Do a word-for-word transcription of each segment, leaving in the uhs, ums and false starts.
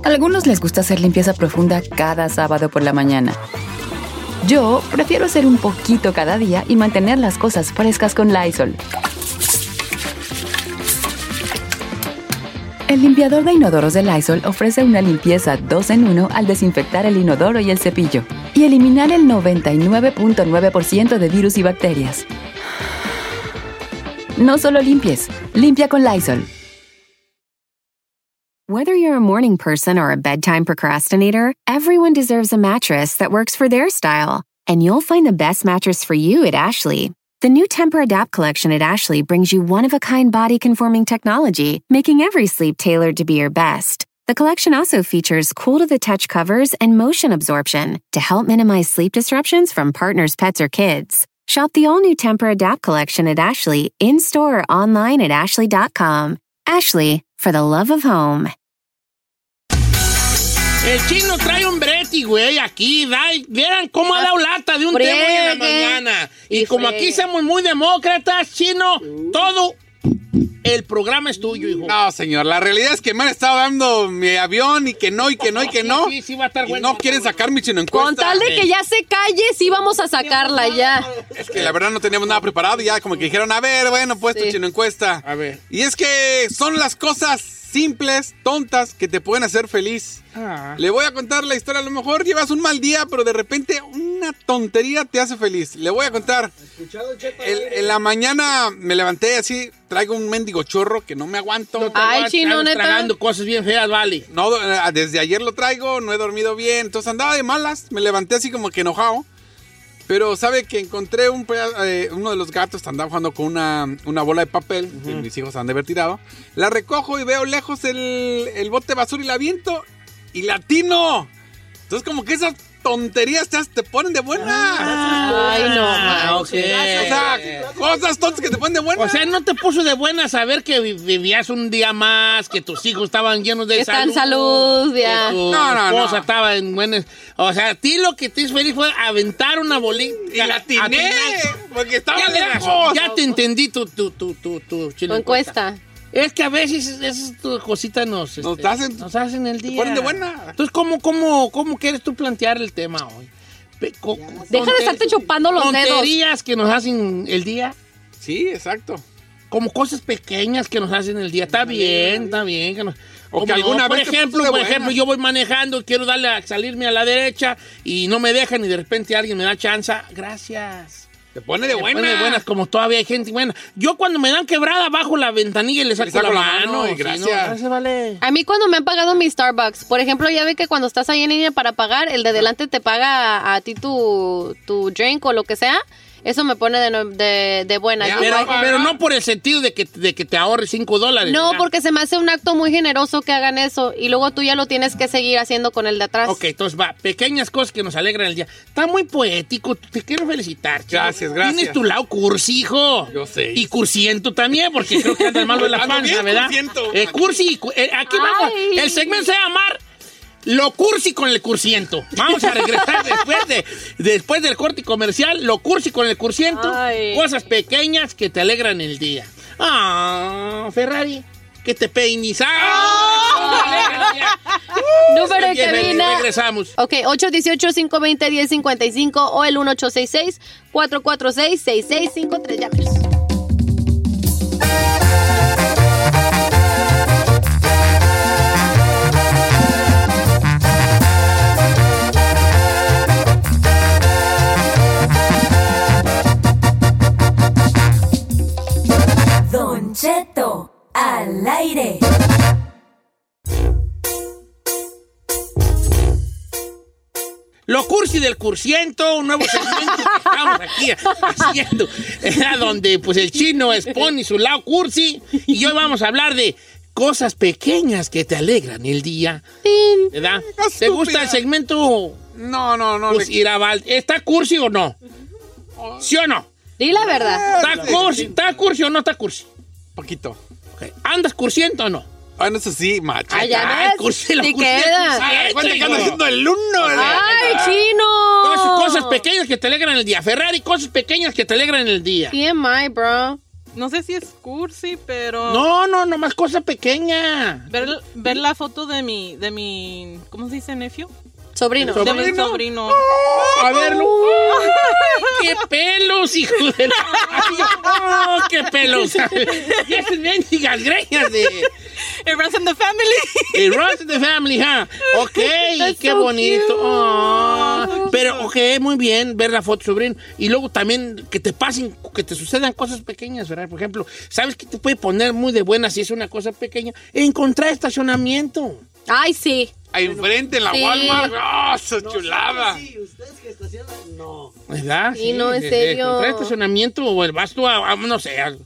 A algunos les gusta hacer limpieza profunda cada sábado por la mañana. Yo prefiero hacer un poquito cada día y mantener las cosas frescas con Lysol. El limpiador de inodoros de Lysol ofrece una limpieza dos en uno al desinfectar el inodoro y el cepillo y eliminar el noventa y nueve punto nueve por ciento de virus y bacterias. No solo limpies, limpia con Lysol. Whether you're a morning person or a bedtime procrastinator, everyone deserves a mattress that works for their style. And you'll find the best mattress for you at Ashley. The new Tempur-Adapt collection at Ashley brings you one-of-a-kind body-conforming technology, making every sleep tailored to be your best. The collection also features cool-to-the-touch covers and motion absorption to help minimize sleep disruptions from partners, pets, or kids. Shop the all-new Tempur-Adapt collection at Ashley, in-store or online at ashley dot com. Ashley, for the love of home. El chino trae un breti, güey, aquí. Da, vieran cómo ha dado lata de un tema hoy en la mañana. Y, y como fregue. Aquí somos muy demócratas, chino, uh. todo el programa es tuyo, hijo. No, señor, la realidad es que me han estado dando mi avión y que no, y que no, y que no. Sí, sí, sí va a estar bueno. No quieren sacar mi chino encuesta. Con tal de que ya se calle, sí vamos a sacarla ya. Es que la verdad no teníamos nada preparado y ya como que dijeron, a ver, bueno, pues sí. Tu chino encuesta. A ver. Y es que son las cosas simples, tontas, que te pueden hacer feliz. Ah. Le voy a contar la historia. A lo mejor llevas un mal día, pero de repente una tontería te hace feliz. Le voy a contar. El, en la mañana me levanté así, traigo un mendigo chorro que no me aguanto. No Ay, chino, neta. Tragando cosas bien feas, vale. No, desde ayer lo traigo, no he dormido bien. Entonces andaba de malas, me levanté así como que enojado. Pero sabe que encontré un eh, uno de los gatos andaba jugando con una, una bola de papel, uh-huh. que mis hijos han de haber tirado. La recojo y veo lejos el, el bote de basura y la aviento y la atino. Entonces como que esas tonterías te, te ponen de buena. Ay, no, ah, okay. O sea, cosas tontas que te ponen de buena. O sea, no te puso de buena saber que vivías un día más, que tus hijos estaban llenos de Está salud. en salud, ya. Que tu no, no, esposa no. estaba en buenas. O sea, a ti lo que te hizo feliz fue aventar una bolita. Y la atiné, porque estaba ya lejos. Ya te entendí tu, tu, tu, tu, tu, tu encuesta. Es que a veces esas cositas nos, nos, este, hacen, nos hacen el día. Te ponen de buena. Entonces, ¿cómo, cómo, cómo quieres tú plantear el tema hoy? Pe co Deja de estarte chupando los tonterías dedos. Tonterías que nos hacen el día. Sí, exacto. Como cosas pequeñas que nos hacen el día. Está bien, está bien. Que nos, o que alguna no, por vez ejemplo, por ejemplo, yo voy manejando y quiero darle a salirme a la derecha y no me dejan y de repente alguien me da chance. Gracias. Te pone de buena. Te pone de buenas, como todavía hay gente buena. Yo cuando me dan quebrada bajo la ventanilla y le saco, le saco la, la mano. mano y gracias. Sí, no, gracias, vale. A mí cuando me han pagado mi Starbucks, por ejemplo, ya ve que cuando estás ahí en línea para pagar, el de delante te paga a, a ti tu, tu drink o lo que sea. Eso me pone de, de, de buena. Ya, pero, pero no por el sentido de que, de que te ahorres cinco dólares. No, ¿verdad? porque se me hace un acto muy generoso que hagan eso. Y luego tú ya lo tienes que seguir haciendo con el de atrás. Ok, entonces va. Pequeñas cosas que nos alegran el día. Está muy poético. Te quiero felicitar, chico. Gracias, gracias. Tienes tu lado cursi, hijo. Yo sé. Y cursiento también, porque creo que anda el malo de la panza, ¿verdad? Eh, cursi. Eh, aquí vamos. El segmento se va a llamar Lo cursi con el cursiento. Vamos a regresar después de después del corte comercial. Lo cursi con el cursiento. Ay. Cosas pequeñas que te alegran el día. Ah, Ferrari, que te peines. ¡Ah! Uh, Número de cabina. Regresamos. Ok, ocho uno ocho, cinco dos cero, uno cero cinco cinco o el uno ocho seis seis, cuatro cuatro seis, seis seis cinco tres. Llámenos. Don Cheto, al aire. Lo cursi del cursiento, un nuevo segmento que estamos aquí haciendo, era donde pues el chino expone su lado cursi y hoy vamos a hablar de cosas pequeñas que te alegran el día, ¿verdad? ¿Te gusta el segmento? No, no, no. Pues, Iraval, ¿está cursi o no? ¿Sí o no? Di la verdad. ¿Está cursi, ¿Está cursi o no está cursi? Poquito. Okay. ¿Andas cursiento o no? Ah, no sé si, macho. Ay, ya ves. Ay, cursi, lo Sí cursi, queda. Ay, cuenta que ando haciendo el uno. ¡Ay, chino! Cosas, cosas pequeñas que te alegran el día. Ferrari, cosas pequeñas que te alegran el día. T M I, bro. no sé si es cursi, pero... No, no, nomás cosa pequeña. Ver, ver la foto de mi, de mi, ¿cómo se dice, nephew? Sobrino. De mi sobrino. Oh, a verlo. ¡Qué pelos, hijo de la... ¡Oh, qué pelos! Y esas mendigas greñas de... It runs in the family. It runs in the family, ¿huh? Ok, That's qué so bonito. Oh, So pero, ok, muy bien ver la foto, sobrino. Y luego también que te pasen, que te sucedan cosas pequeñas, ¿verdad? Por ejemplo, ¿sabes qué te puede poner muy de buena si es una cosa pequeña? Encontrar estacionamiento. Ay, sí. Ahí enfrente en la Sí. Walmart. ¡Oh, esa chulada! Sí, ustedes que estacionan, no. ¿Verdad? Sí, no, en eh, serio. Encontrar estacionamiento o el vas tú a, a, no sé, al,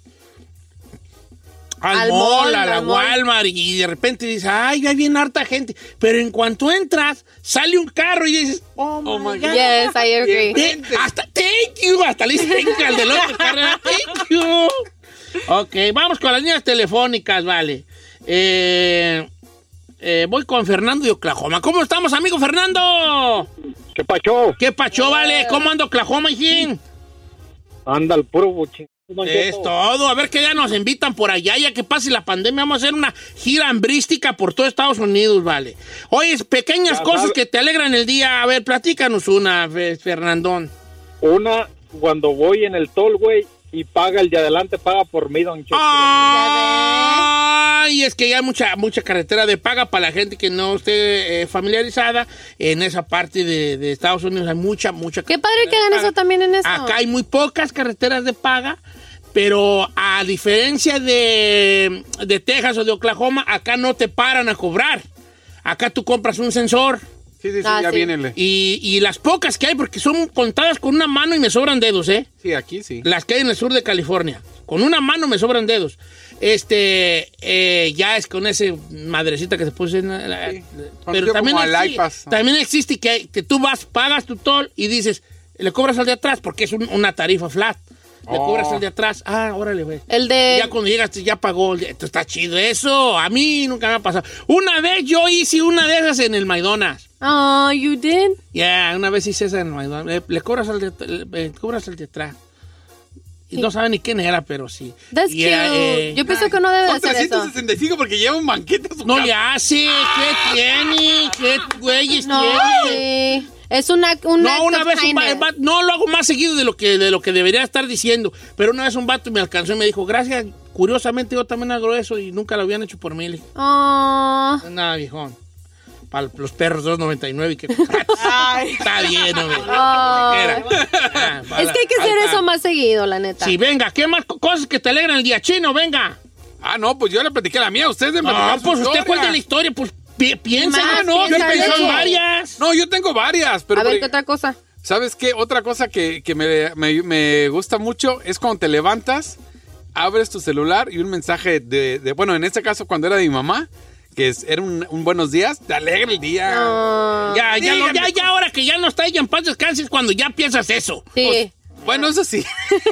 al, Al mall, mall, a la al mall. Walmart y de repente dices, ay, hay bien harta gente. Pero en cuanto entras, sale un carro y dices, oh, Oh my my God. God. Yes, I agree. Te- hasta, thank you, hasta le dice thank you al del otro carro. Thank you. Ok, vamos con las líneas telefónicas, vale. Eh, eh, voy con Fernando de Oklahoma. ¿Cómo estamos, amigo Fernando? ¿Qué pacho? ¿Qué pacho, vale? ¿Cómo anda Oklahoma, hijín? Anda el puro buchín. Es todo. A ver que ya nos invitan por allá, ya que pase la pandemia. Vamos a hacer una gira hambrística por todo Estados Unidos, vale. Oye, pequeñas Ya cosas sabe. que te alegran el día. A ver, platícanos una, Fe- Fernandón. Una, cuando voy en el tollway y paga el de adelante, paga por mí, don Cheto. Ay, es que ya hay mucha, mucha carretera de paga para la gente que no esté eh, familiarizada. En esa parte de, de Estados Unidos hay mucha, mucha Qué padre que carretera de hagan paga. eso también en eso. Acá hay muy pocas carreteras de paga, pero a diferencia de, de Texas o de Oklahoma, acá no te paran a cobrar. Acá tú compras un sensor. Sí, sí, sí, Ah, ya sí. viene. Y, y las pocas que hay, porque son contadas con una mano y me sobran dedos, ¿eh? Sí, aquí sí. Las que hay en el sur de California. Con una mano me sobran dedos. Este, eh, ya es con ese madrecita que se puso en la... Sí. Pero Conocido también, como el existe, iPass. también existe que, que tú vas, pagas tu toll y dices, le cobras al de atrás porque es un- una tarifa flat. Le Oh. cobras al de atrás. Ah, órale, güey. El de... Ya cuando llegas ya pagó. Esto está chido eso. A mí nunca me ha pasado. Una vez yo hice una de esas en el McDonald's. Oh, you did? Ya, una vez hice esa en el McDonald's. Le, le cobras al de, le, le cobras al de atrás. Y no saben ni quién era, pero sí. That's Y era, cute. eh, Yo pienso que no debe de Son hacer eso. trescientos sesenta y cinco porque lleva un banquete a su No casa. le hace. ¿Qué tiene? ¿Qué güeyes No, tiene? sí. Es una, un No, act una of vez un va- kindness. va- no lo hago más seguido de lo que de lo que debería estar diciendo, pero una vez un vato me alcanzó y me dijo, gracias, curiosamente yo también hago eso y nunca lo habían hecho por mí. Le dije, Oh. nada, viejón. Para los perros dos noventa y nueve y que está bien, hombre. Oh. Era. Ah, para Es que hay que hacer la- eso más seguido, la neta. Sí, venga, ¿qué más co- cosas que te alegran el día chino? Venga. Ah, no, pues yo le platiqué la mía. Ustedes me No, platicaron su pues usted historia. cuenta la historia, pues pi- piensa. Más, Ah, no, piensa, yo de- son varias. No, yo tengo varias, pero... A ver, por- ¿qué otra cosa? ¿Sabes qué? Otra cosa que, que me, me- me gusta mucho es cuando te levantas, abres tu celular y un mensaje de... de- bueno, en este caso cuando era de mi mamá, que es- era un, un buenos días, te alegra el día. No. Ya, ya, lo- ya, Díganme ya, ahora que ya no está ella en paz descanse es cuando ya piensas eso. Sí. Bueno, eso sí.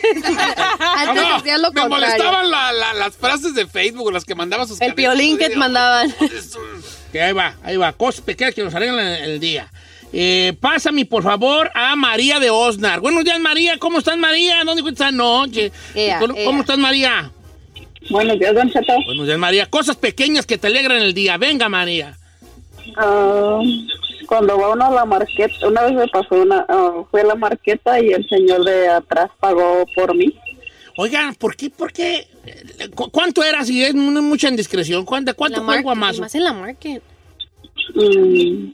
Antes No, hacías lo me contrario. molestaban la- la- las frases de Facebook, las que mandaba sus... El carritos. piolín que te mandaban. Que ahí va, ahí va, cosas pequeñas que nos arreglan el, el día. Eh, pásame, por favor, a María de Osnar. Buenos días, María. ¿Cómo estás, María? ¿Dónde estás anoche? Ea, ¿Cómo ea. estás, María? Buenos días, Don Cheto. Buenos días, María. Cosas pequeñas que te alegran el día. Venga, María. Ah, cuando va uno a la marqueta, una vez me pasó una, ah, fui a la marqueta y el señor de atrás pagó por mí. Oigan, ¿por qué? ¿Por qué? ¿Cu- ¿Cuánto era? Si es mu- mucha indiscreción. ¿Cuánto, cuánto La fue el market, guamazo? Más en la market. Mm,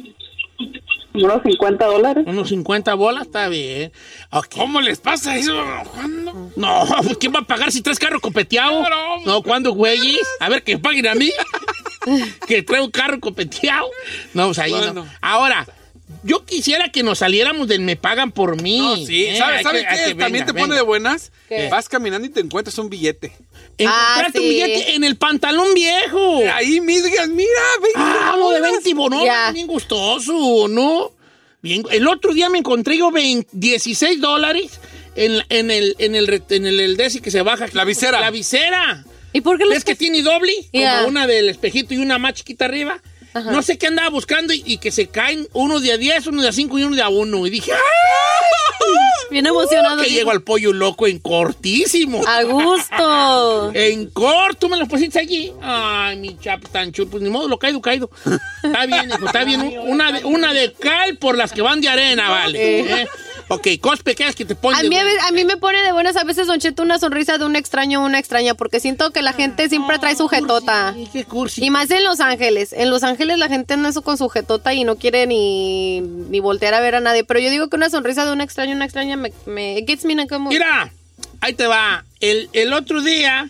unos cincuenta dólares. Unos cincuenta bolas, está bien. Ok. ¿Cómo les pasa eso? ¿Cuándo? No, pues, ¿quién va a pagar si traes carro copeteado? Claro. No, ¿cuándo, güeyes? A ver, que paguen a mí. Que trae un carro copeteado. No, pues ahí ¿Cuándo? no. Ahora, yo quisiera que nos saliéramos del me pagan por mí. No, sí. Eh, ¿Sabes hay sabe que- hay qué? que- También venga, te pone venga. de buenas. ¿Qué? Vas caminando y te encuentras un billete. Encontraste Ah, un sí. billete en el pantalón viejo. Ahí mis digas, mira, veinte Ah, lo de bolas. veinte bonos, Ya. bien gustoso, ¿no? Bien, el otro día me encontré yo veinte, dieciséis dólares en, en el en el re- en el, el Desi que se baja. La visera. La visera. ¿Y por qué los ¿Ves que tiene doble? Ya. Como una del espejito y una más chiquita arriba. Ajá. No sé qué andaba buscando y, y que se caen uno de a diez, uno de a cinco y uno de a uno. Y dije, ¡ay! Bien emocionado. Que llego al pollo loco en cortísimo. A gusto. En corto, ¿tú me lo pusiste allí? Ay, mi chap tan chulo. Pues ni modo, lo caído, caído. Está bien, hijo, está bien. Una de, una de cal por las que van de arena, vale. ¿Eh? Ok, cosas pequeñas que te ponen. A mí, a, a mí me pone de buenas a veces, Don Cheto, una sonrisa de un extraño o una extraña, porque siento que la gente siempre trae sujetota. Cursi, qué cursi. Y más en Los Ángeles. En Los Ángeles la gente anda eso con sujetota y no quiere ni, ni voltear a ver a nadie. Pero yo digo que una sonrisa de un extraño o una extraña me, me it gets me in a good mood. Mira, ahí te va. El, el otro día,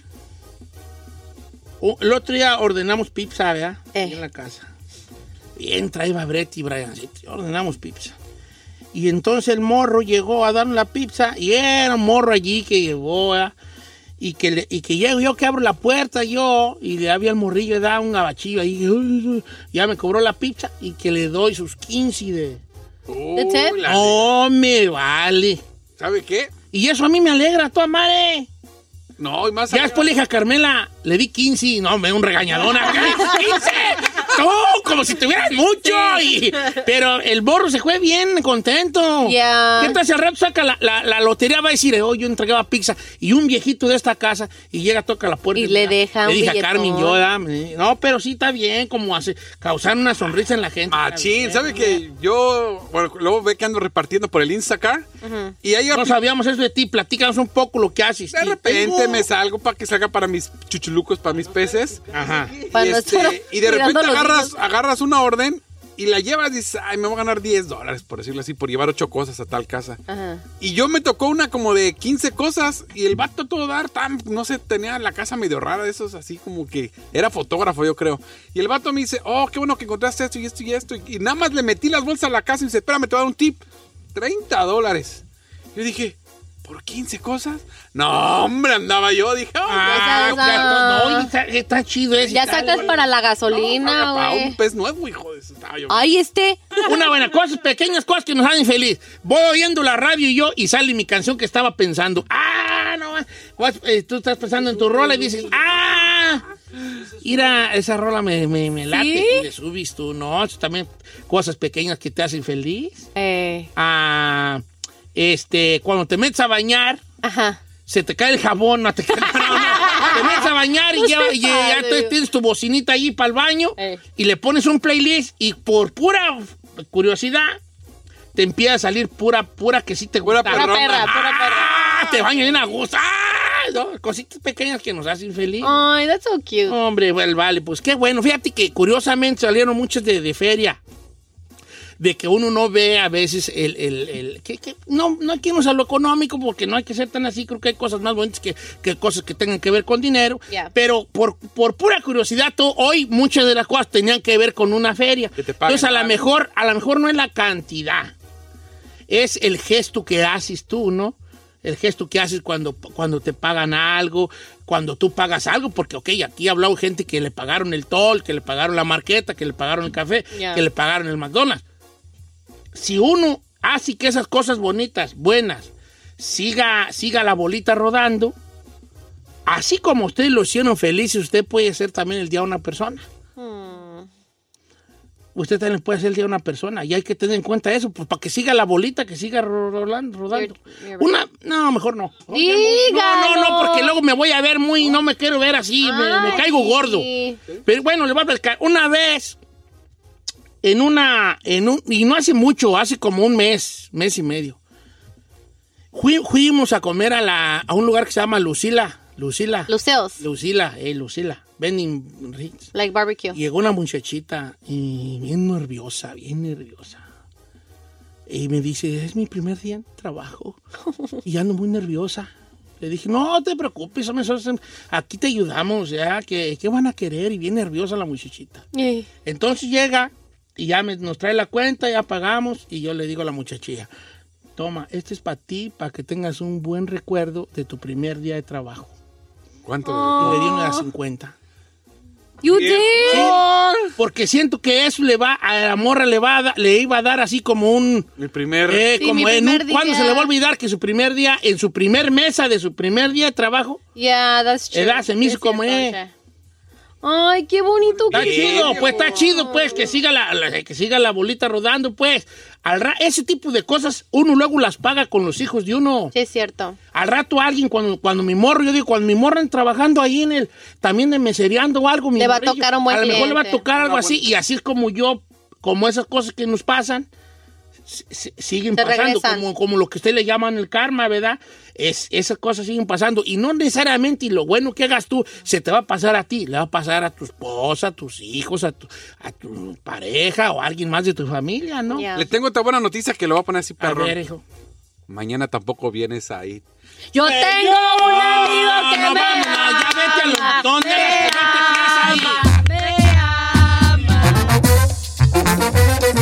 el otro día ordenamos pizza, ¿verdad? Eh. Ahí en la casa. Bien, traía Brett y Brian. ¿Sí? Ordenamos pizza. Y entonces el morro llegó a darnos la pizza y era un morro allí que llegó, ¿eh? y que le, y que llego yo que abro la puerta yo y le había el morrillo, le da un gabachillo ahí, ya me cobró la pizza y que le doy sus quince de... ¿De tip? No, me vale. ¿Sabe qué? Y eso a mí me alegra, toda madre. No, y más ya después le dije a Carmela, le di quince, no, me dio un regañadón. ¡quince! ¡No! Como si tuvieras mucho. Y, pero el borro se fue bien contento. Yeah. ¿Qué tal si al rato saca la, la, la lotería? Va a decir, oh, yo entregaba pizza. Y un viejito de esta casa, y llega, toca la puerta. Y, y le deja Le un dije a billetón. Carmen, yo, dame. No, pero sí está bien, como hace, causar una sonrisa en la gente. Machín, ¿sabe que yo, bueno, luego ve que ando repartiendo por el Instacart? Uh-huh. Y ahí no sabíamos eso de ti, platícanos un poco lo que haces. De repente tengo... me salgo para que salga para mis chuchulucos, para mis peces. Ajá. Y, este, y de repente agarras, agarras una orden y la llevas y dices, ay, me voy a ganar diez dólares, por decirlo así, por llevar ocho cosas a tal casa. Ajá. Y yo me tocó una como de quince cosas y el vato todo dar, tan, no sé, tenía la casa medio rara, de esos así como que era fotógrafo, yo creo. Y el vato me dice, oh, qué bueno que encontraste esto y esto y esto. Y nada más le metí las bolsas a la casa y me dice, espérame, te voy a dar un tip. treinta dólares. Yo dije, ¿por quince cosas? No, hombre, andaba yo. Dije, oh, ah, esa, ya, esa. no, está, está chido ese. Ya sacas tal, para la gasolina, güey. No, un pez nuevo, hijo de eso. Ay, este. Una buena cosa, pequeñas cosas que nos hacen feliz. Voy oyendo la radio y yo, y sale mi canción que estaba pensando. Ah, no, eh, tú estás pensando en tu rola y dices, ah, mira, esa rola me, me, me late. ¿Sí? Y le subes tú, no, eso también cosas pequeñas que te hacen feliz. Eh. Ah, este, cuando te metes a bañar, ajá, se te cae el jabón, no te cae, no, no, te metes a bañar y, no ya, y ya te, tienes tu bocinita ahí para el baño eh. y le pones un playlist y por pura curiosidad te empieza a salir pura, pura que sí te gusta. Pura perra, pura perra. Ah, te baño bien a gusto. Ah, no, cositas pequeñas que nos hacen feliz. Ay, that's so cute. Hombre, well, vale, pues qué bueno. Fíjate que curiosamente salieron muchos de, de feria. De que uno no ve a veces el... el, el que, que, no, no hay que irnos a lo económico porque no hay que ser tan así. Creo que hay cosas más bonitas que, que cosas que tengan que ver con dinero. Yeah. Pero por, por pura curiosidad, tú, hoy muchas de las cosas tenían que ver con una feria. Que te paguen, entonces a lo mejor, a lo mejor no es la cantidad. Es el gesto que haces tú, ¿no? El gesto que haces cuando, cuando te pagan algo, cuando tú pagas algo, porque, ok, aquí ha hablado gente que le pagaron el toll, que le pagaron la marqueta, que le pagaron el café, yeah. que le pagaron el McDonald's. Si uno hace que esas cosas bonitas, buenas, siga, siga la bolita rodando, así como ustedes lo hicieron felices, usted puede ser también el día de una persona. Hmm. Usted también puede ser el día de una persona y hay que tener en cuenta eso, pues para que siga la bolita, que siga rodando. rodando. You're, you're una, no, mejor no. Dígalo. No, no, no, porque luego me voy a ver muy, no me quiero ver así, me, me caigo gordo. Pero bueno, le voy a platicar. Una vez... En una, en un, y no hace mucho, hace como un mes, mes y medio, Fui, fuimos a comer a, la, a un lugar que se llama Lucila, Lucila. Luceos. Lucila, eh, Lucila, vending rings. Like barbecue. Llegó una muchachita y bien nerviosa, bien nerviosa. Y me dice, es mi primer día en trabajo y ando muy nerviosa. Le dije, no te preocupes, aquí te ayudamos, ya, ¿qué, qué van a querer? Y bien nerviosa la muchachita. Yeah. Entonces llega y ya me, nos trae la cuenta, ya pagamos y yo le digo a la muchachilla, toma, este es para ti, para que tengas un buen recuerdo de tu primer día de trabajo. ¿Cuánto? Oh. Y le di unas cincuenta. You did? Sí, porque siento que eso le va a la morra le va a, le iba a dar así como un mi primer eh, sí, como mi en primer un, día. ¿cuándo se le va a olvidar que su primer día en su primer mesa de su primer día de trabajo? Yeah, that's true. Edad se me hizo Es como cierto, eh. che. Ay, qué bonito. Está que chido, pues está chido, pues, que siga la, la- que siga la bolita rodando, pues. Al ra- ese tipo de cosas, uno luego las paga con los hijos de uno. Sí, es cierto. Al rato alguien, cuando, cuando mi morro, yo digo, cuando mi morro anda trabajando ahí en el, también de mesereando o algo, mi Le va a morrillo, tocar un buen a lo mejor le va a cliente. tocar algo No, así, y así es como yo, como esas cosas que nos pasan, si- si- siguen Se pasando, regresan. como, como lo que usted le llaman el karma, ¿verdad? Es, esas cosas siguen pasando, y no necesariamente, y lo bueno que hagas tú, se te va a pasar a ti, le va a pasar a tu esposa, a tus hijos, a tu, a tu pareja, o a alguien más de tu familia, ¿no? Ya. Le tengo otra buena noticia que lo voy a poner así, A perro. ver, hijo. Mañana tampoco vienes ahí. Yo tengo un amigo que no, me vámonos, ya vete a los ama, ¿dónde me eres? ¿Qué te crees ahí? ama, me ama.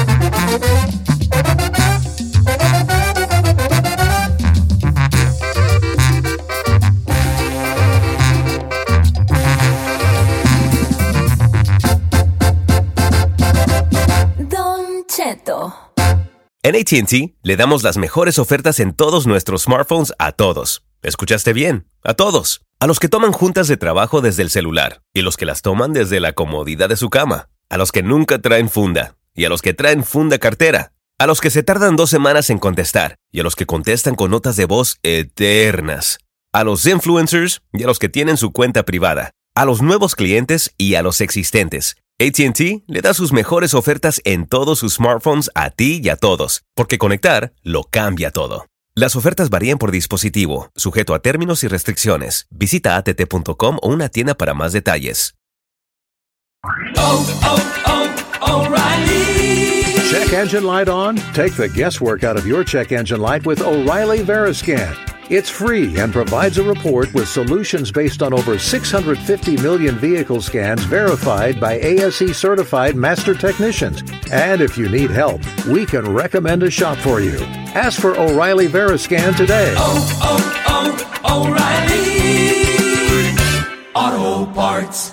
Don Cheto. En A T and T le damos las mejores ofertas en todos nuestros smartphones a todos. ¿Escuchaste bien? A todos. A los que toman juntas de trabajo desde el celular y los que las toman desde la comodidad de su cama. A los que nunca traen funda y a los que traen funda cartera. A los que se tardan dos semanas en contestar y a los que contestan con notas de voz eternas. A los influencers y a los que tienen su cuenta privada. A los nuevos clientes y a los existentes. A T and T le da sus mejores ofertas en todos sus smartphones a ti y a todos, porque conectar lo cambia todo. Las ofertas varían por dispositivo, sujeto a términos y restricciones. Visita A T T punto com o una tienda para más detalles. Check engine light on? Take the guesswork out of your check engine light with O'Reilly Veriscan. It's free and provides a report with solutions based on over six hundred fifty million vehicle scans verified by A S E certified master technicians. And if you need help, we can recommend a shop for you. Ask for O'Reilly Veriscan today. Auto Parts.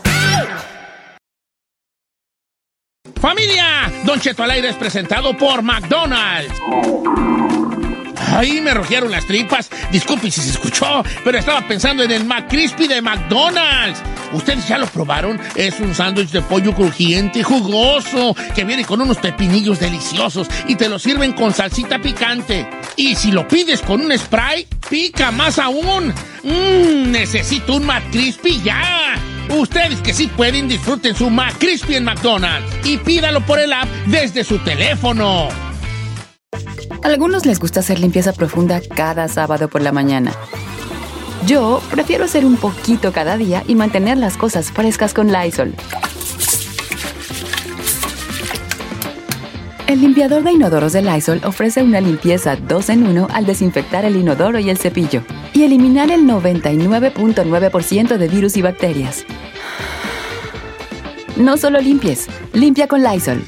Familia, Don Cheto al aire es presentado por McDonald's. Ay, me rogieron las tripas. Disculpe si se escuchó, pero estaba pensando en el McCrispy de McDonald's. ¿Ustedes ya lo probaron? Es un sándwich de pollo crujiente y jugoso que viene con unos pepinillos deliciosos y te lo sirven con salsita picante. Y si lo pides con un spray, pica más aún. Mmm, necesito un McCrispy ya. Ustedes que sí pueden, disfruten su McCrispy en McDonald's y pídalo por el app desde su teléfono. A algunos les gusta hacer limpieza profunda cada sábado por la mañana. Yo prefiero hacer un poquito cada día y mantener las cosas frescas con Lysol. El limpiador de inodoros de Lysol ofrece una limpieza dos en uno al desinfectar el inodoro y el cepillo y eliminar el noventa y nueve punto nueve por ciento de virus y bacterias. No solo limpies, limpia con Lysol.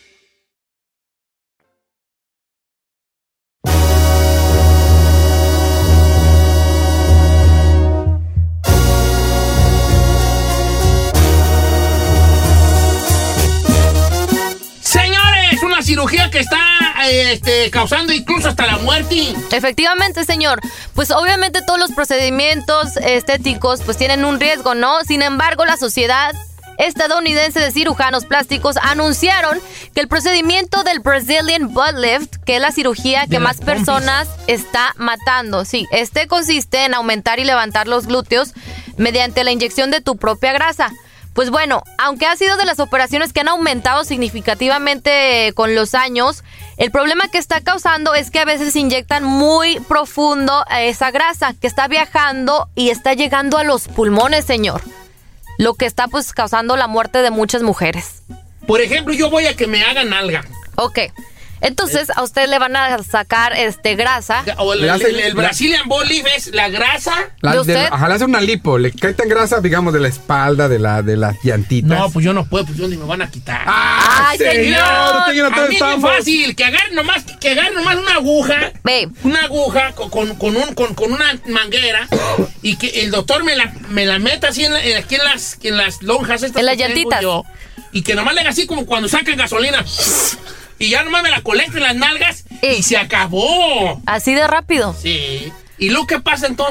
Señores, una cirugía que está eh, este, causando incluso hasta la muerte. Efectivamente, señor. Pues obviamente todos los procedimientos estéticos pues tienen un riesgo, ¿no? Sin embargo, la Sociedad Estadounidense de Cirujanos Plásticos anunciaron que el procedimiento del Brazilian Butt Lift, que es la cirugía que más personas está matando. Sí, este consiste en aumentar y levantar los glúteos mediante la inyección de tu propia grasa. Pues bueno, aunque ha sido de las operaciones que han aumentado significativamente con los años, el problema que está causando es que a veces inyectan muy profundo esa grasa que está viajando y está llegando a los pulmones, señor. Lo que está pues causando la muerte de muchas mujeres. Por ejemplo, yo voy a que me hagan alga. Ok. Entonces, a usted le van a sacar este grasa. O el, el, el, el Brazilian Butt Lift es la grasa. La, ¿De usted? De, ajá, le hace una lipo, le quitan grasa, digamos, de la espalda, de la de las llantitas. No, pues yo no puedo, pues yo ni me van a quitar. ¡Ay, señor! señor a mí es muy fácil, que agarre nomás, que agarre nomás una aguja. Ve. Una aguja con, con, con, un, con, con una manguera y que el doctor me la, me la meta así en la, aquí en las, en las lonjas estas. En las que tengo llantitas. yo, y que nomás le haga así como cuando sacan gasolina. Y ya nomás me la colecto en las nalgas y, y se acabó. Así de rápido. Sí. ¿Y luego qué pasa entonces?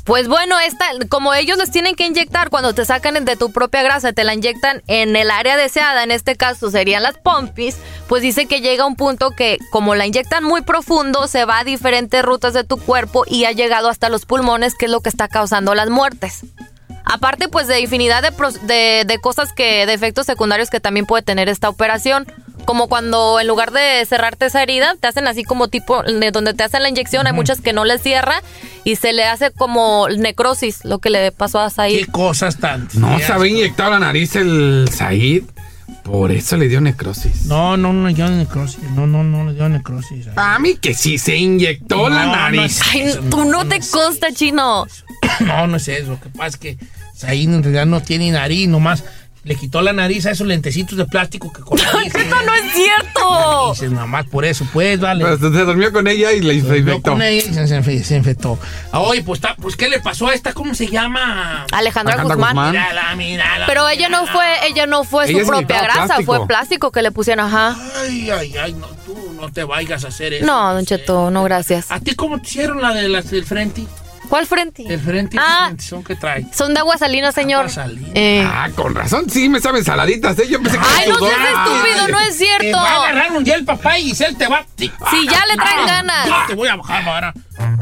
Pues bueno, esta, como ellos les tienen que inyectar cuando te sacan de tu propia grasa, te la inyectan en el área deseada, en este caso serían las pompis, pues dice que llega un punto que como la inyectan muy profundo, se va a diferentes rutas de tu cuerpo y ha llegado hasta los pulmones, que es lo que está causando las muertes. Aparte, pues, de infinidad de, de, de cosas que, de efectos secundarios que también puede tener esta operación. Como cuando en lugar de cerrarte esa herida, te hacen así como tipo, de donde te hacen la inyección, uh-huh. Hay muchas que no les cierra y se le hace como necrosis, lo que le pasó a Said. ¿Qué cosas tan? No se había inyectado la nariz el Said, por eso le dio necrosis. No, no, no le dio necrosis, no, no, no le dio necrosis. A mí que sí se inyectó no, la nariz. No Ay, tú no, no te no consta, es Chino. No, no es eso, lo que pasa es que Said en realidad no tiene nariz, nomás le quitó la nariz a esos lentecitos de plástico que con ¡Eso no es cierto! Dices, nomás por eso, pues, vale. Pero se durmió con ella y le se infectó. Con ella y se, se infectó. Oye, pues, pues, ¿qué le pasó a esta? ¿Cómo se llama? Alejandra, Alejandra Guzmán. Guzmán. Mírala, mírala, Pero mírala. ella no fue, ella no fue ella su propia grasa, plástico. Fue plástico que le pusieron, ajá. Ay, ay, ay, no, tú no te vayas a hacer eso. No, Don Cheto, no, gracias. ¿A ti cómo te hicieron la de las del frente? ¿Cuál frente? El frente, ah, frente son que trae. Son de agua salina, señor. Agua salina. Eh. Ah, con razón, sí, me saben saladitas, ¿eh? Yo pensé que Ay, no seas estúpido, no es cierto. Te va a agarrar un día el papá y Giselle te va... Sí, sí ya le traen ganas. Yo te voy a bajar ahora.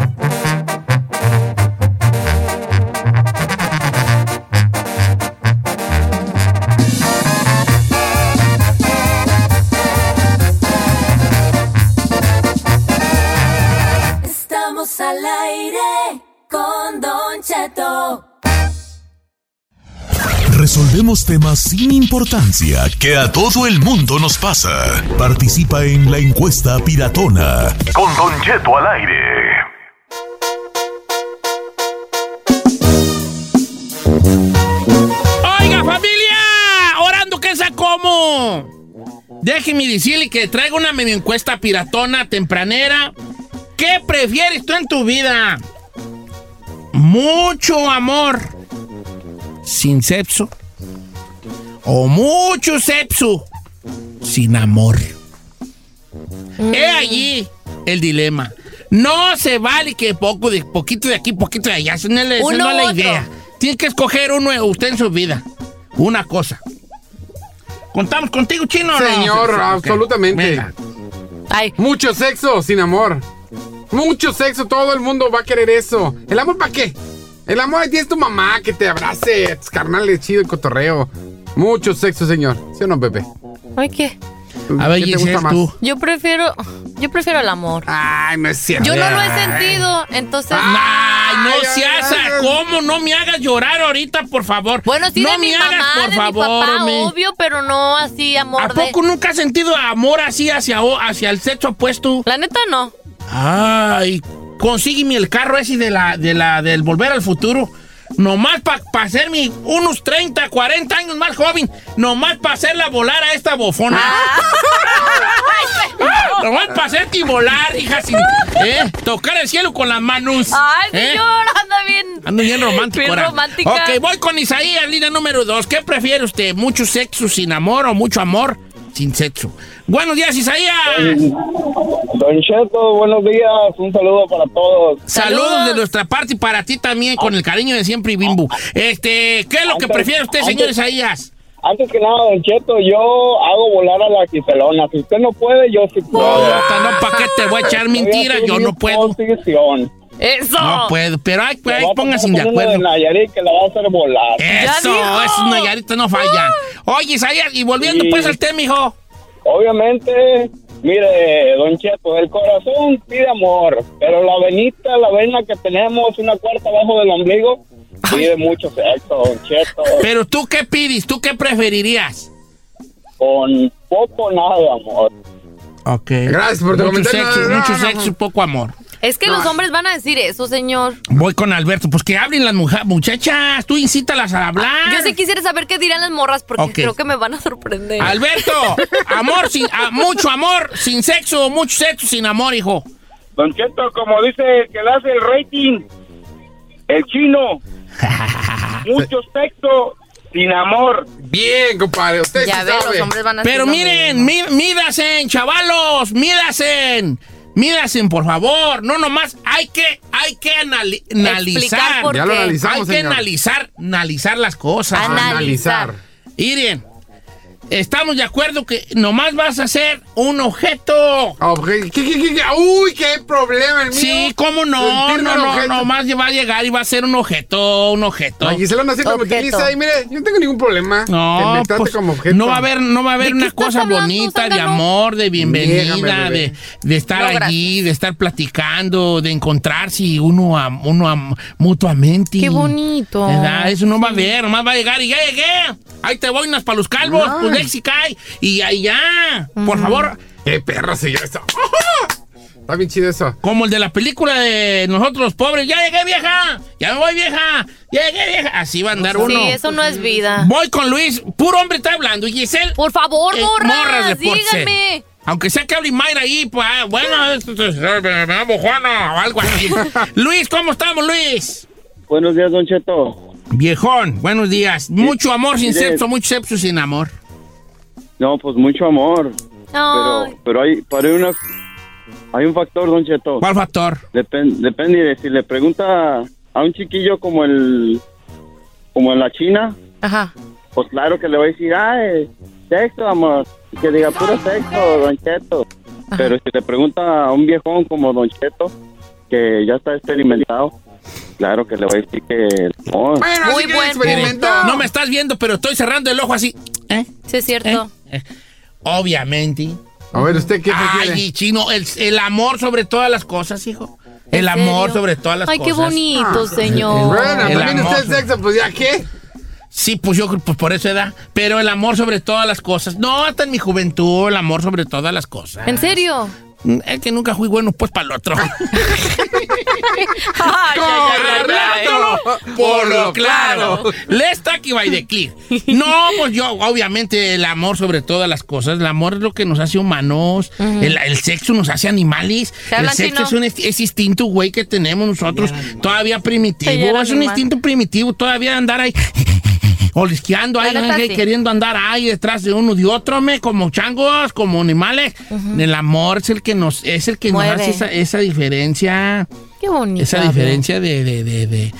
Al aire con Don Cheto. Resolvemos temas sin importancia que a todo el mundo nos pasa. Participa en la encuesta piratona con Don Cheto al aire. Oiga, familia, orando que esa como. Déjeme decirle que traigo una medio encuesta piratona tempranera. ¿Qué prefieres tú en tu vida? ¿Mucho amor sin sexo? ¿O mucho sexo sin amor? Mm. He allí el dilema. No se vale que poco de, poquito de aquí, poquito de allá. Esa no es, esa no es la idea. Tiene que escoger uno usted en su vida. Una cosa. ¿Contamos contigo, Chino? Señor, no? absolutamente. Okay. Ay. Mucho sexo sin amor. Mucho sexo, todo el mundo va a querer eso. ¿El amor para qué? El amor es tu mamá, que te abrace, tus carnales, chido y cotorreo. Mucho sexo, señor. ¿Sí o no, Pepe? Ay, ¿qué? A ver, ¿qué te gusta más? Tú? Yo prefiero, yo prefiero el amor. Ay, no es cierto. Yo no lo he sentido, entonces... Ay, no seas, ¿cómo? No me hagas llorar ahorita, por favor. Bueno, sí, no de mi me mamá, hagas, por de favor, mi papá, me... obvio, pero no así amor ¿A poco de... nunca has sentido amor así hacia, hacia el sexo opuesto? La neta, no. Ay, consígueme el carro ese de la, de la, del Volver al Futuro. Nomás para pa hacerme unos treinta, cuarenta años más joven. Nomás para hacerla volar a esta bofona. Ah. Nomás para hacerte volar, hija, sin ¿eh? tocar el cielo con las manos. Ay, ¿eh? señor, anda bien. Ando bien romántico. Bien romántica. Ok, voy con Isaías, línea número dos. ¿Qué prefiere usted? ¿Mucho sexo sin amor o mucho amor sin sexo? Buenos días, Isaías. Don Cheto, buenos días. Un saludo para todos. Saludos, Saludos de nuestra parte y para ti también, con el cariño de siempre y Bimbo. Este, ¿qué es lo antes, que prefiere usted, señor antes, Isaías? Antes que nada, Don Cheto, yo hago volar a la Giselona. Si usted no puede, yo sí puedo. No, no, ¿para qué te voy a echar mentiras? Yo no puedo. Eso. No puedo, pero ay, pues, pónganse de acuerdo. De Nayarit que la va a hacer volar. Eso, esos Nayaritos no fallan. Oye, Isaías, y volviendo y... pues al tema, hijo. Obviamente, mire, Don Cheto, el corazón pide amor, pero la venita, la vena que tenemos, una cuarta abajo del ombligo, pide mucho sexo, Don Cheto. Pero tú, ¿qué pides? ¿Tú qué preferirías? Con poco nada de amor. Ok. Gracias por tu mucho comentario. Sexo, no, no, mucho no, sexo y poco amor. Es que no. Los hombres van a decir eso, señor. Voy con Alberto. Pues que hablen las muja- muchachas. Tú incítalas a hablar. Ah, yo sí quisiera saber qué dirán las morras porque okay. creo que me van a sorprender. Alberto, amor sin, a, mucho amor sin sexo, mucho sexo sin amor, hijo. Don Cheto, como dice que le hace el rating, el Chino, mucho sexo sin amor. Bien, compadre. Usted ya sí ve, sabe. Los hombres van a Pero miren, mí, mídasen, chavalos, mídasen. Mírasen, por favor. No nomás, hay que, hay que anali- analizar. Ya lo analizamos, Hay que señor. analizar, analizar las cosas. Analizar. Miren, estamos de acuerdo que nomás vas a hacer un objeto. Obje- ¿Qué, qué, qué, qué? Uy, qué problema el mío. Sí, ¿cómo no? Sentirme No, un no, objeto. nomás va a llegar y va a ser un objeto, un objeto. La Gisela no siempre me Objeto. utiliza y mire, yo no tengo ningún problema. que No, me trate pues, como objeto. no va a haber, no va a haber ¿De qué una estás cosa hablando, bonita de zángano? amor, de bienvenida, Niégame, de, bebé. de estar No, allí, gracias. de estar platicando, de encontrarse uno a uno a, mutuamente. Qué bonito. ¿Verdad? Eso no va a haber, nomás va a llegar y ya llegué. Ahí te voy unas para los calvos, Ay. pues Lexicay. Y ahí ya, por favor. Qué perro se yo eso. Está bien chido eso. Como el de la película de Nosotros los Pobres. ¡Ya llegué, vieja! ¡Ya me voy, vieja! ¡Ya llegué, vieja! Así va a andar uno. Sí, eso no es vida. Voy con Luis. Puro hombre está hablando. Y Giselle. Por favor, Eh, morras, morras de Portse. díganme. Aunque sea que hable Mayra ahí, pues, ah, bueno, esto es- me me llamo Juana o algo así. Luis, ¿cómo estamos, Luis? Buenos días, Don Cheto. Viejón, buenos días. Mucho amor sin Mire. sexo, mucho sexo sin amor. No, pues mucho amor. Ay. Pero, pero hay, para una, hay un factor, Don Cheto. ¿Cuál factor? Depen- depende de si le pregunta a un chiquillo como el, como en la China, Ajá. pues claro que le va a decir, ay, sexo, amor. Y que diga puro sexo, Don Cheto. Pero si le pregunta a un viejón como Don Cheto, que ya está experimentado, claro que le va a decir que el amor. Bueno, Muy así que buen experimento. punto. No me estás viendo, pero estoy cerrando el ojo así. ¿Eh? Sí, es cierto. ¿Eh? Obviamente. A ver, ¿usted qué prefiere? Ay, chino, el, el amor sobre todas las cosas, hijo. El ¿En amor serio? sobre todas las Ay, cosas. qué bonito, señor. Bueno, El también amor. usted sexo, pues ya qué. Sí, pues yo creo, pues por eso da. Pero el amor sobre todas las cosas. No, hasta en mi juventud, el amor sobre todas las cosas. ¿En serio? Es que nunca fui bueno, pues para el otro. Ay, ay, ay, ay, Hablándolo por lo claro. Let's talk by the clear. No, pues yo, obviamente, el amor sobre todas las cosas. El amor es lo que nos hace humanos. Ujú. el, el sexo nos hace animales. ¿Te El hablan sexo chino? es un est- es instinto, güey, que tenemos nosotros. Todavía Sí, primitivo. era Es un animal. instinto primitivo. Todavía andar ahí. Olisqueando ahí, La neta, ahí, sí. queriendo andar ahí detrás de uno y otro, me, como changos, como animales. El amor es el que nos, es el que nos Mueve. hace esa, esa diferencia. Qué bonito. Esa diferencia de, de, de, de,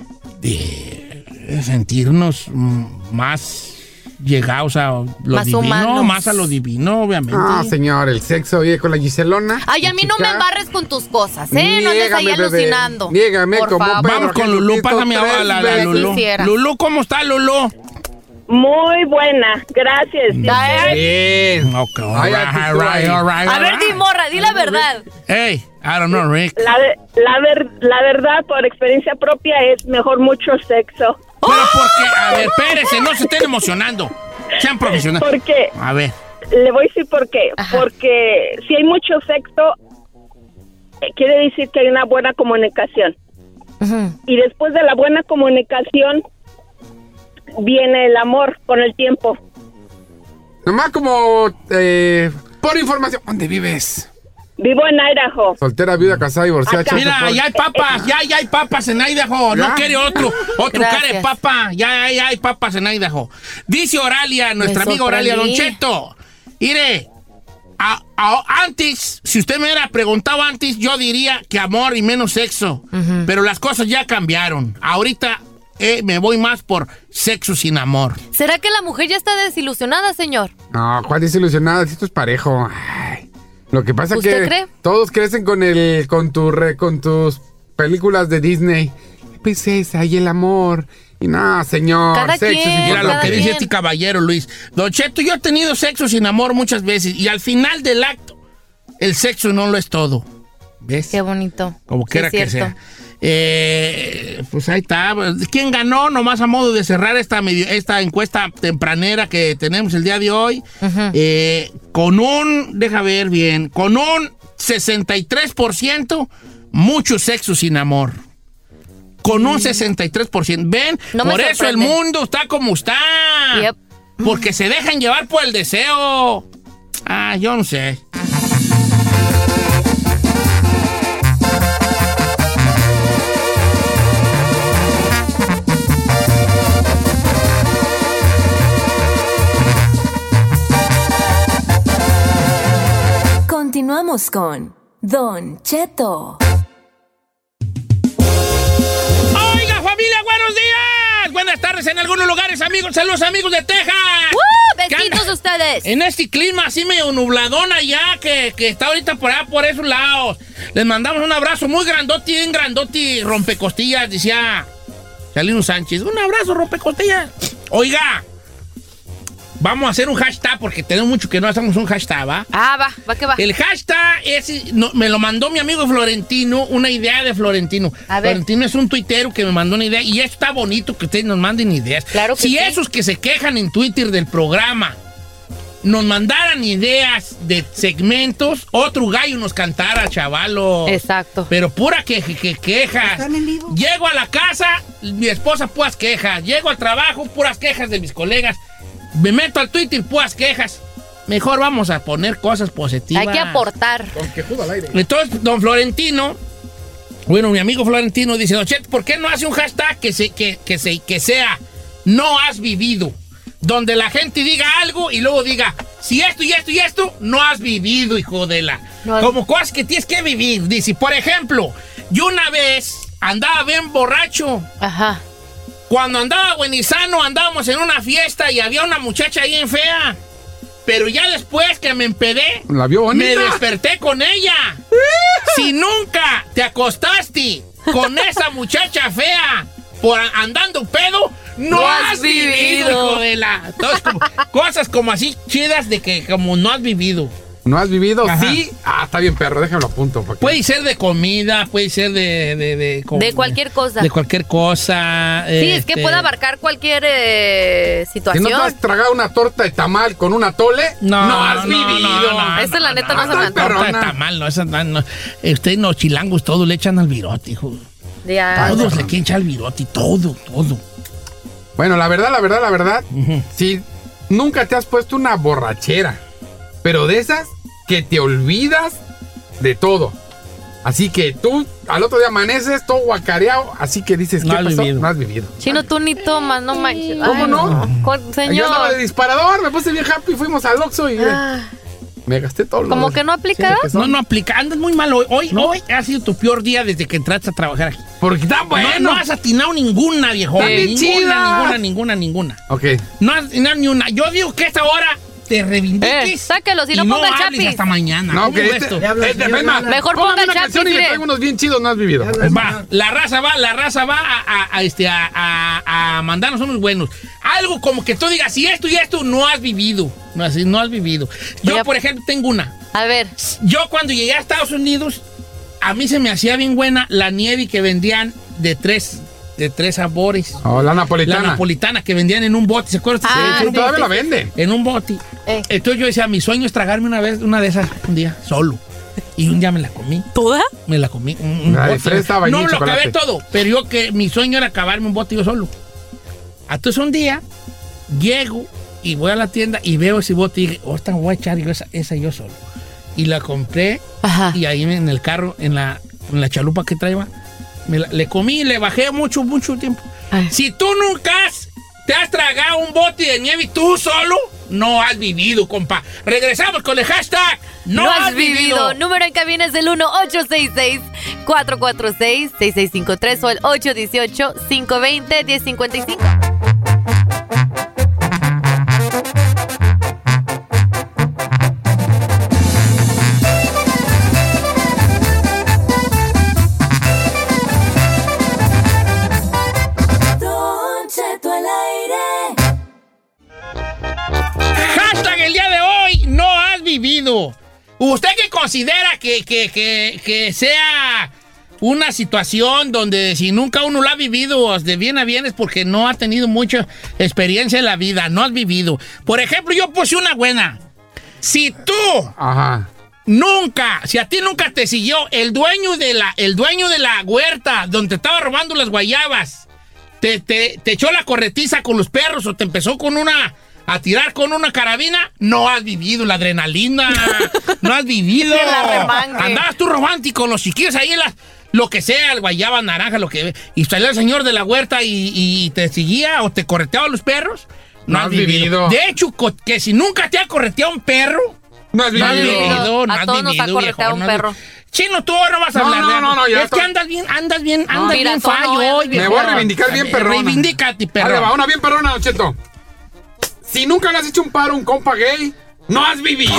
de- de sentirnos mm, más llegados a lo Más divino, humanos. más a lo divino, obviamente. Ah, señor, el sexo, oye, con la Giselona. Ay, a mí no me Chica. embarres con tus cosas, ¿eh? No andes ahí Niégame, bebé. alucinando. Niégame Por como un favor. Vamos con Lulú, pásame a la, la, la veces. Lulú. Quisiera. Lulú, ¿cómo está Lulú? Muy buena, gracias. Bien. Ok, all Ay, right, actitud all right, ahí. all right, A all ver, right. di morra, di la verdad. Hey, I don't know, Rick. La, de- la, ver- la verdad, por experiencia propia, es mejor mucho sexo. Pero porque, a ver, espérese, no se estén emocionando. Sean profesionales. ¿Por qué? A ver. Le voy a decir por qué. Porque si hay mucho sexo, eh, quiere decir que hay una buena comunicación. Y después de la buena comunicación, viene el amor con el tiempo. Nomás como, eh, por información, ¿dónde vives? Vivo en Idaho. Soltera, viuda, casada, divorciada. Acá. Mira, chazo, ya hay papas, ya, ya hay papas en Idaho. No ¿Ya? quiere otro, otro Gracias. cara de papa. Ya, ya hay papas en Idaho. Dice Oralia, nuestra Me amiga Oralia, Don sorprendí. Cheto. Mire, a- a- antes, si usted me hubiera preguntado antes, yo diría que amor y menos sexo. Pero las cosas ya cambiaron. Ahorita eh, me voy más por sexo sin amor. ¿Será que la mujer ya está desilusionada, señor? No, ¿cuál desilusionada? Si esto es parejo. Ay, lo que pasa ¿Usted que cree? todos crecen con el, con tu re- con tus películas de Disney. La princesa y el amor. Y no, señor. Cada sexo quien, sin Mira amor. lo que dice bien. este caballero, Luis. Don Cheto, yo he tenido sexo sin amor muchas veces y al final del acto, el sexo no lo es todo. ¿Ves? Qué bonito. Como Sí, quiera es que cierto. sea. Eh, pues ahí está. ¿Quién ganó? Nomás a modo de cerrar esta, medio- esta encuesta tempranera que tenemos el día de hoy. Eh, con un, deja ver bien, con un sesenta y tres por ciento, mucho sexo sin amor. Con un sesenta y tres por ciento. ¿Ven? No me Por eso el sorprende. mundo está como está. Yep. Porque se dejan llevar por el deseo. Ah, yo no sé. Continuamos con Don Cheto. Oiga, familia, buenos días. Buenas tardes en algunos lugares, amigos. Saludos, amigos de Texas. ¡Uh! Besitos a ustedes. En este clima así medio nubladón allá, que, que está ahorita por allá, por esos lados. Les mandamos un abrazo muy grandote, bien grandote, rompecostillas, decía Chalino Sánchez. Un abrazo, rompecostillas. Oiga, vamos a hacer un hashtag porque tenemos mucho que no hacemos un hashtag, ¿va? Ah, va, va que va. El hashtag es, no, me lo mandó mi amigo Florentino, una idea de Florentino. A ver. Florentino es un tuitero que me mandó una idea y esto está bonito que ustedes nos manden ideas. Claro que si sí. esos que se quejan en Twitter del programa nos mandaran ideas de segmentos, otro gallo nos cantara, chavalo. Exacto. Pero pura que, que, quejas. Llego a la casa, mi esposa puras quejas. Llego al trabajo, puras quejas de mis colegas. Me meto al Twitter, puras quejas. Mejor vamos a poner cosas positivas. Hay que aportar. Con quejudo al aire. Entonces, don Florentino, bueno, mi amigo Florentino dice, Don Cheto, ¿por qué no hace un hashtag que, se, que, que, se, que sea no has vivido? Donde la gente diga algo y luego diga, si esto y esto y esto, no has vivido, hijo de la... No, como cosas que tienes que vivir. Dice, por ejemplo, yo una vez andaba bien borracho. Ajá. Cuando andaba buenizano, andábamos en una fiesta y había una muchacha bien fea. Pero ya después que me empedé, ¿La vio bonita? me desperté con ella. Si nunca te acostaste con esa muchacha fea por andando pedo, no, no has, has vivido, vivido, hijo de la... Entonces, como, cosas como así chidas de que como no has vivido. ¿No has vivido? Ajá. Sí. Ah, está bien, perro, déjalo a punto. Puede ser de comida, puede ser de... De, de, de, de cualquier cosa. De cualquier cosa. Sí, este... es que puede abarcar cualquier eh, situación. Si no te has tragado una torta de tamal con un atole, no, no has no, vivido. No, no, no, esa no, la neta no, no, no se me antoja. Torta de tamal, no, esa no, no. Ustedes los chilangos todos le echan al virote, hijo. Ya. Todos le quieren echar al virote, todo, todo. Bueno, la verdad, la verdad, la verdad, uh-huh. Si nunca te has puesto una borrachera, pero de esas que te olvidas de todo. Así que tú al otro día amaneces todo guacareado, así que dices, ¿qué no pasó? Vivido. No has vivido. Chino, tú ni tomas, no manches. ¿Cómo Ay, no? Con, señor. Yo andaba de disparador, me puse bien happy, fuimos al Oxxo y... Ah. Me gasté todo. ¿Cómo que no aplica? Sí, no, no aplica. Andas muy mal hoy. Hoy, no. hoy ha sido tu peor día desde que entraste a trabajar aquí. Porque está bueno. No, no has atinado ninguna, viejo. Ninguna, ninguna, ninguna, ninguna. Ok. No has atinado ni una. Yo digo que esta hora te reivindiques. Eh, sáquelo, si no y ponga no el hables chapis. hasta mañana. No, que este, este, ven más. Mejor ponga el una chapis. canción y le traigo unos bien chidos, no has vivido. Va, la raza va, la raza va a, a, a, este, a, a, a mandarnos unos buenos. Algo como que tú digas, si esto y esto no has vivido. No, así, no has vivido. Yo, a... por ejemplo, tengo una. A ver. Yo cuando llegué a Estados Unidos, a mí se me hacía bien buena la nieve que vendían de tres, de tres sabores. Oh, la napolitana. La napolitana que vendían en un bote, ¿se acuerdan? Ah, sí, sí, todavía sí, la sí. venden. En un bote. Eh. Entonces yo decía, mi sueño es tragarme una vez una de esas un día, solo. Y un día me la comí. ¿Toda? Me la comí. Un, un la de bote. fresa, vainilla, No lo chocolate. acabé todo, pero yo que mi sueño era acabarme un bote yo solo. Entonces un día llego y voy a la tienda y veo ese bote y dije, ahorita me voy a echar yo esa, esa yo solo. Y la compré. Ajá. Y ahí en el carro, en la, en la chalupa que traía, me la, le comí y le bajé mucho, mucho tiempo. Ay. Si tú nunca has, te has tragado un bote de nieve tú solo, no has vivido, compa. Regresamos con el hashtag No, no has, has vivido. vivido. Número en cabina es el uno ocho seis seis, cuatro cuatro seis, seis seis cinco tres o el ocho uno ocho, cinco dos cero, uno cero cinco cinco. Vivido. ¿Usted qué considera que, que, que, que sea una situación donde si nunca uno lo ha vivido de bien a bien es porque no ha tenido mucha experiencia en la vida, no has vivido? Por ejemplo, yo puse una buena. Si tú Ajá. nunca, si a ti nunca te siguió el dueño de la, el dueño de la huerta donde te estaba robando las guayabas, te, te, te echó la corretiza con los perros o te empezó con una... a tirar con una carabina, no has vivido la adrenalina, no has vivido. Andabas tú romántico, los chiquillos ahí, la, lo que sea, el guayaba, naranja, lo que... Y salió el señor de la huerta y, y te seguía o te correteaba los perros, no, no has vivido. vivido. De hecho, que si nunca te ha correteado un perro, No has vivido. No has vivido, no A has todos nos ha vivido, correteado viejo, un no has perro. vivido. Chino, tú no vas a No, hablar. no, de- no, no, ya Es está. que andas bien, andas bien, No, andas mira, bien tú no fallo voy a- hoy, Me viejo. voy a reivindicar bien perrona. Reivindícate, Ahí le va, perro. una bien perrona, Don Cheto. Si nunca le has hecho un paro a un compa gay, no has vivido.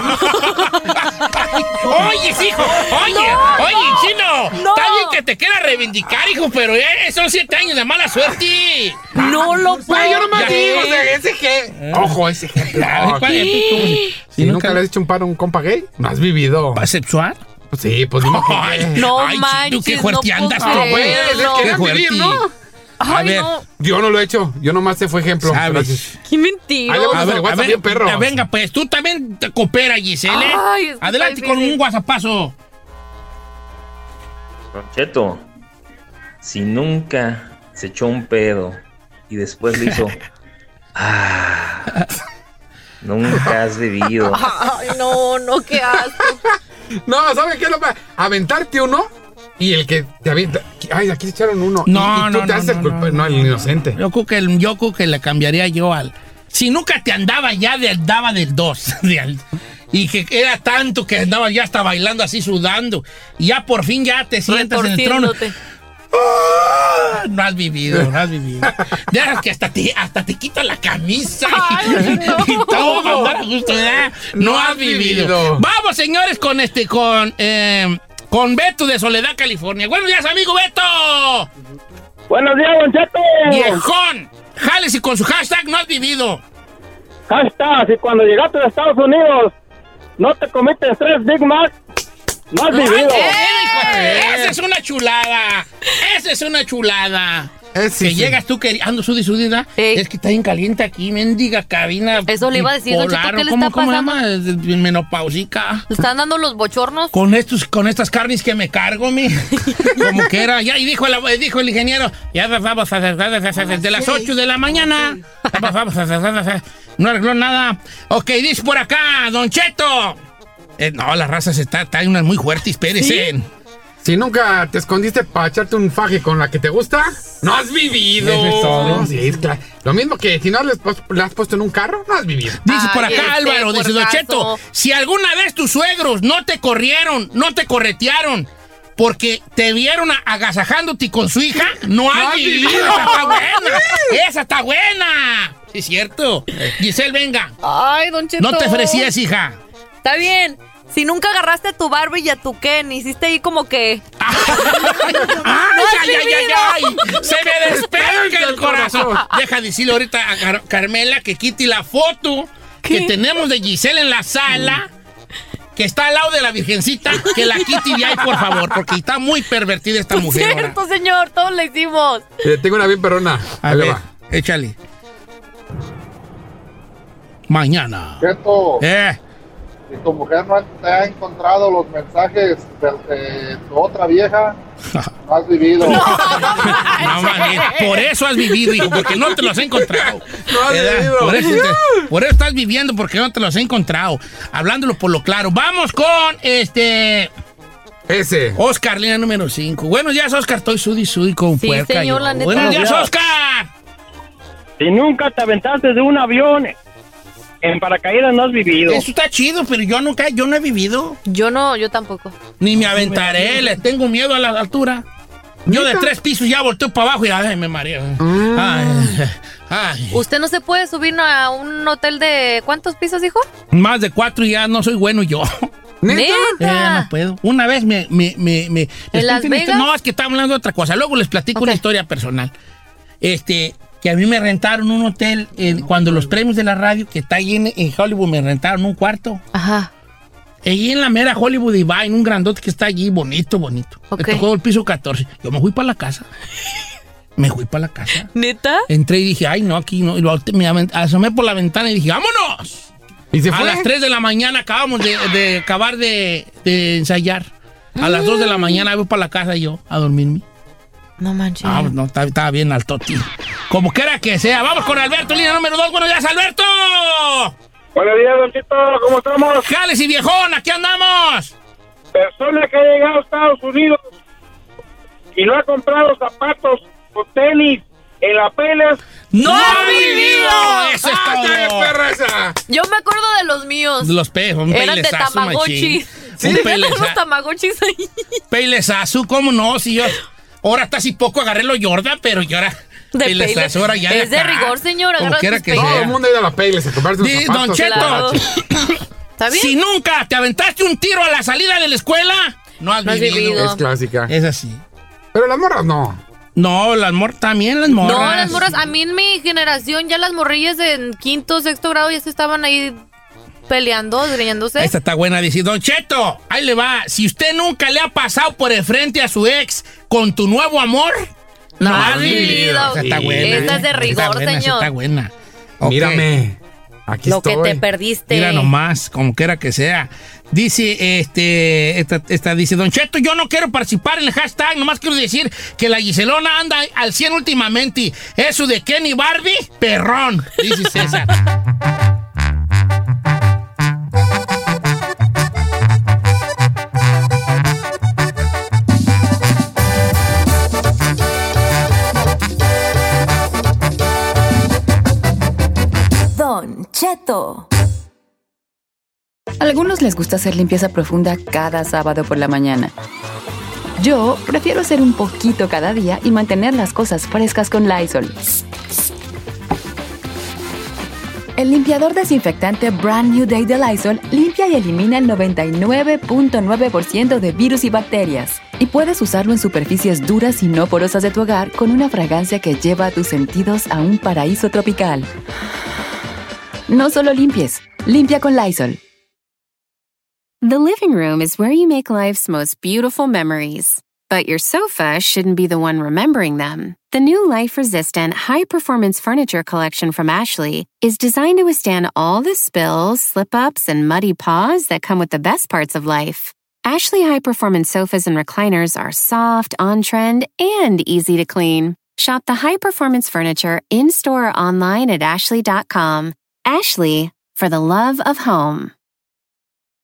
Oye, hijo, oye, No, oye, no, Chino. no. Está bien que te quieras reivindicar, hijo, pero ya son siete años de mala suerte. No lo puedo. Güey, yo nomás Ya. digo, o sea, ese que. Ojo, ese ejemplo. ¿Cuál es tu- cómo se- Si nunca le has hecho un paro a un compa gay, no has vivido. ¿Asexual? Pues sí, pues dime por Ay, qué. No ay, manches, tú qué no fuerte puedo andas, creerlo. tú, Güey, es no. que Qué querían vivir, fuerte. ¿no? A Ay, ver, no. Yo no lo he hecho. Yo nomás se fue ejemplo. ¿Sabes? Gracias. Qué mentira. Ahí le voy a ver, a WhatsApp ver, bien, perro. a- venga, pues, tú también te coopera, Giselle. ¿eh? Ay, es que Adelante está con difícil. un WhatsAppazo. Don Cheto, si nunca se echó un pedo y después le hizo, ah, nunca has bebido. Ay, no, no, qué asco. No, ¿sabes qué es lo peor? Aventarte uno y el que te avienta. Ay, aquí se echaron uno. No, y, y tú no, te no, haces no, el culpable. no, No, el inocente. Yo creo que, el- yo creo que le cambiaría yo al... Si nunca te andaba ya, de, andaba del dos. de al- y que era tanto que andaba ya hasta bailando así, sudando. Y ya por fin ya te sientas en el trono. Retorciéndote. ¡Ah! No has vivido, no has vivido. Dejas que hasta te, hasta te quita la camisa y, y todo para andar a gusto, ¿verdad? No, No has has vivido. vivido. Vamos, señores, con este, con, eh, con Beto de Soledad, California. Buenos días, amigo Beto. Buenos días, Don Cheto. Viejón. Jálese con su hashtag no has vivido. Hashtag, si cuando llegaste a Estados Unidos no te comiste tres Big Mac, no has vivido. ¡Eh! Esa es una chulada. Esa es una chulada. Eh, sí, que sí. llegas tú que ando sudi sudi, ¿verdad? Ey. Es que está bien caliente aquí, mendiga cabina. Eso le iba a decir, Don Cheto, bipolar, ¿qué le ¿cómo- está ¿Cómo se pasando? llama? Es de menopausica. ¿Le están dando los bochornos? Con estos, con estas carnes que me cargo, mi. Como que era. Ya, y dijo el, dijo el ingeniero, ya vamos a desde las ocho de la mañana. Vamos a no arregló nada. Ok, dice por acá, Don Cheto. Eh, no, la raza se está, está unas muy fuertes, espérese. Si nunca te escondiste para echarte un faje con la que te gusta, no has vivido. Eso es todo. Sí, es claro. Lo mismo que si no le has, pos- le has puesto en un carro, no has vivido. Dice por Ay, acá este Álvaro, dice Don puercazo. Cheto, si alguna vez tus suegros no te corrieron, no te corretearon, porque te vieron a- agasajándote con su hija, no has has vivido. vivido. Esa está buena. Esa está buena. Sí, es cierto. Giselle, venga. Ay, Don Cheto. No te ofrecías, hija. Está bien. Si nunca agarraste a tu Barbie y a tu Ken, hiciste ahí como que... ¡Ay, ay, ay, ay, ay! ¡Se me despega el corazón! Deja decirle ahorita a Car- Carmela que quite la foto que tenemos de Giselle en la sala, que está al lado de la Virgencita, que la quite de ahí, por favor, porque está muy pervertida esta mujer ahora. Cierto, señor, todos lo hicimos. Eh, tengo una bien perrona. A Ahí le ver, va. échale. Mañana. Cheto, Eh, si tu mujer no te ha encontrado los mensajes de, de tu otra vieja, no has vivido. no, mami, por eso has vivido, hijo, porque no te los he encontrado. No has ¿Verdad? vivido. Por eso, te- por eso estás viviendo, porque no te los he encontrado. Hablándolo por lo claro. Vamos con este. Ese. Oscar, línea número cinco. Buenos días, Oscar. Estoy sudi sudi con Sí, puerca. señor, yo. la neta. Buenos días, Buenos Oscar. Si nunca te aventaste de un avión en paracaídas, no has vivido. Eso está chido, pero yo nunca, yo no he vivido. Yo no, yo tampoco. Ni me aventaré, le tengo miedo a la altura. Yo de tres pisos ya volteo para abajo y ay, me mareo. Ay, ay. ¿Usted no se puede subir a un hotel de cuántos pisos, dijo? Más de cuatro y ya no soy bueno yo. ¿Neta? Eh, no puedo. Una vez me... me, me, me ¿En Las Estoy- Vegas? No, es que estamos hablando de otra cosa. Luego les platico Ok. una historia personal. Este, que a mí me rentaron un hotel eh, cuando los premios de la radio, que está ahí en, en Hollywood, me rentaron un cuarto. Ajá. Allí en la mera Hollywood y va, en un grandote que está allí, bonito, bonito. Ok. Me tocó el piso catorce. Yo me fui para la casa. Me fui para la casa. ¿Neta? Entré y dije, ay, no, aquí no. Y lo- me aven- asomé por la ventana y dije, ¡vámonos! ¿Y se A fue? las tres de la mañana acabamos de, de acabar de, de ensayar. A las dos de la mañana voy para la casa yo a dormirme. No manches. Ah, no, estaba, estaba bien al toti. Como quiera que sea. Vamos con Alberto, línea número dos. Buenos días, Alberto. Buenos días, Don Cheto, ¿cómo estamos? Jales y viejón, aquí andamos. Persona que ha llegado a Estados Unidos y no ha comprado zapatos o tenis en la pela. ¡No ha vivido! ¡Eso es todo! Perra esa! Yo me acuerdo de los míos. Los pe, un Eran de peilezazo, Tamagotchi. machín. Sí, Un eran peileza- los Tamagotchis ahí. Peilezazo, ¿cómo no? Si yo... Ahora hasta así poco agarré lo Jordan, pero yo ahora... De peilezazo, Peile. ahora ya Es de acá. rigor, señor. Como agarra quiera tus que peiles. Todo el mundo ha ido a la Payless a comprarse sus Di- zapatos. Don Cheto, Claro. ¿Está bien? si nunca te aventaste un tiro a la salida de la escuela, no has No has vivido. vivido. Es clásica. Es así. Pero las morras no. No, las morras, también las morras. No, las morras. A mí en mi generación ya las morrillas en quinto, sexto grado ya se estaban ahí peleando, greñándose. Esta está buena. Dice, Don Cheto, ahí le va. Si usted nunca le ha pasado por el frente a su ex con tu nuevo amor, No ha has vivido. Esa está buena. Esta es de Esa rigor, está buena, esa señor. está buena. Ok. Mírame. Aquí Lo estoy. que te perdiste. Mira nomás, como quiera que sea. Dice, este, esta, esta dice, Don Cheto, yo no quiero participar en el hashtag, nomás quiero decir que la Giselona anda al cien últimamente. Eso de Kenny Barbie, perrón, dice César. Don Cheto. A algunos les gusta hacer limpieza profunda cada sábado por la mañana. Yo prefiero hacer un poquito cada día y mantener las cosas frescas con Lysol. El limpiador desinfectante Brand New Day de Lysol limpia y elimina el noventa y nueve punto nueve por ciento de virus y bacterias. Y puedes usarlo en superficies duras y no porosas de tu hogar con una fragancia que lleva a tus sentidos a un paraíso tropical. No solo limpies, limpia con Lysol. The living room is where you make life's most beautiful memories. But your sofa shouldn't be the one remembering them. The new life-resistant, high-performance furniture collection from Ashley is designed to withstand all the spills, slip-ups, and muddy paws that come with the best parts of life. Ashley high-performance sofas and recliners are soft, on-trend, and easy to clean. Shop the high-performance furniture in-store or online at ashley dot com. Ashley, for the love of home.